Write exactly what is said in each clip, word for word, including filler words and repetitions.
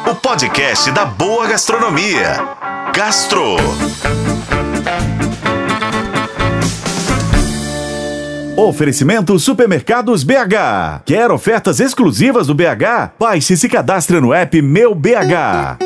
o podcast da boa gastronomia. Gastro. Oferecimento Supermercados B H. Quer ofertas exclusivas do B H? Baixe e se cadastre no app Meu B H.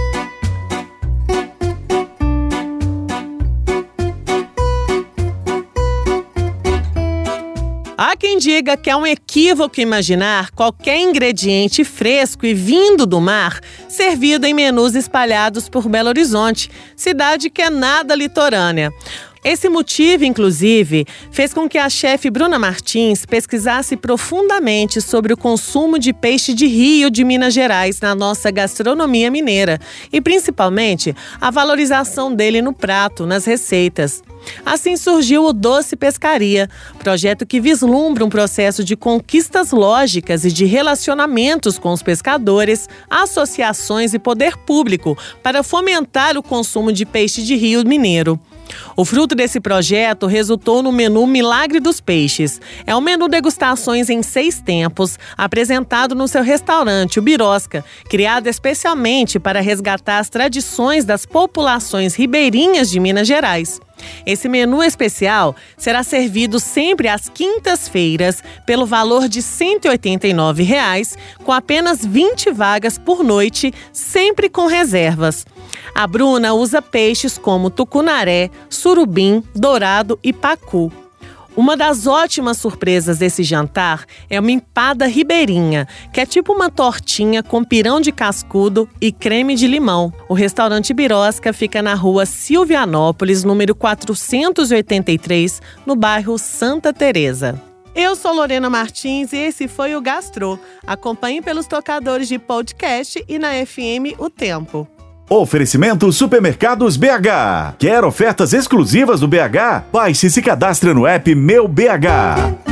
Há quem diga que é um equívoco imaginar qualquer ingrediente fresco e vindo do mar servido em menus espalhados por Belo Horizonte, cidade que é nada litorânea. Esse motivo, inclusive, fez com que a chefe Bruna Martins pesquisasse profundamente sobre o consumo de peixe de rio de Minas Gerais na nossa gastronomia mineira e, principalmente, a valorização dele no prato, nas receitas. Assim surgiu o Doce Pescaria, projeto que vislumbra um processo de conquistas lógicas e de relacionamentos com os pescadores, associações e poder público para fomentar o consumo de peixe de rio mineiro. O fruto desse projeto resultou no menu Milagre dos Peixes. É um menu degustações em seis tempos, apresentado no seu restaurante, o Birosca, criado especialmente para resgatar as tradições das populações ribeirinhas de Minas Gerais. Esse menu especial será servido sempre às quintas-feiras pelo valor de cento e oitenta e nove reais, com apenas vinte vagas por noite, sempre com reservas. A Bruna usa peixes como tucunaré, surubim, dourado e pacu. Uma das ótimas surpresas desse jantar é uma empada ribeirinha, que é tipo uma tortinha com pirão de cascudo e creme de limão. O restaurante Birosca fica na rua Silvianópolis, número quatrocentos e oitenta e três, no bairro Santa Teresa. Eu sou Lorena Martins e esse foi o Gastro. Acompanhe pelos tocadores de podcast e na F M O Tempo. Oferecimento Supermercados B H. Quer ofertas exclusivas do B H? Baixe e se cadastre no app Meu B H.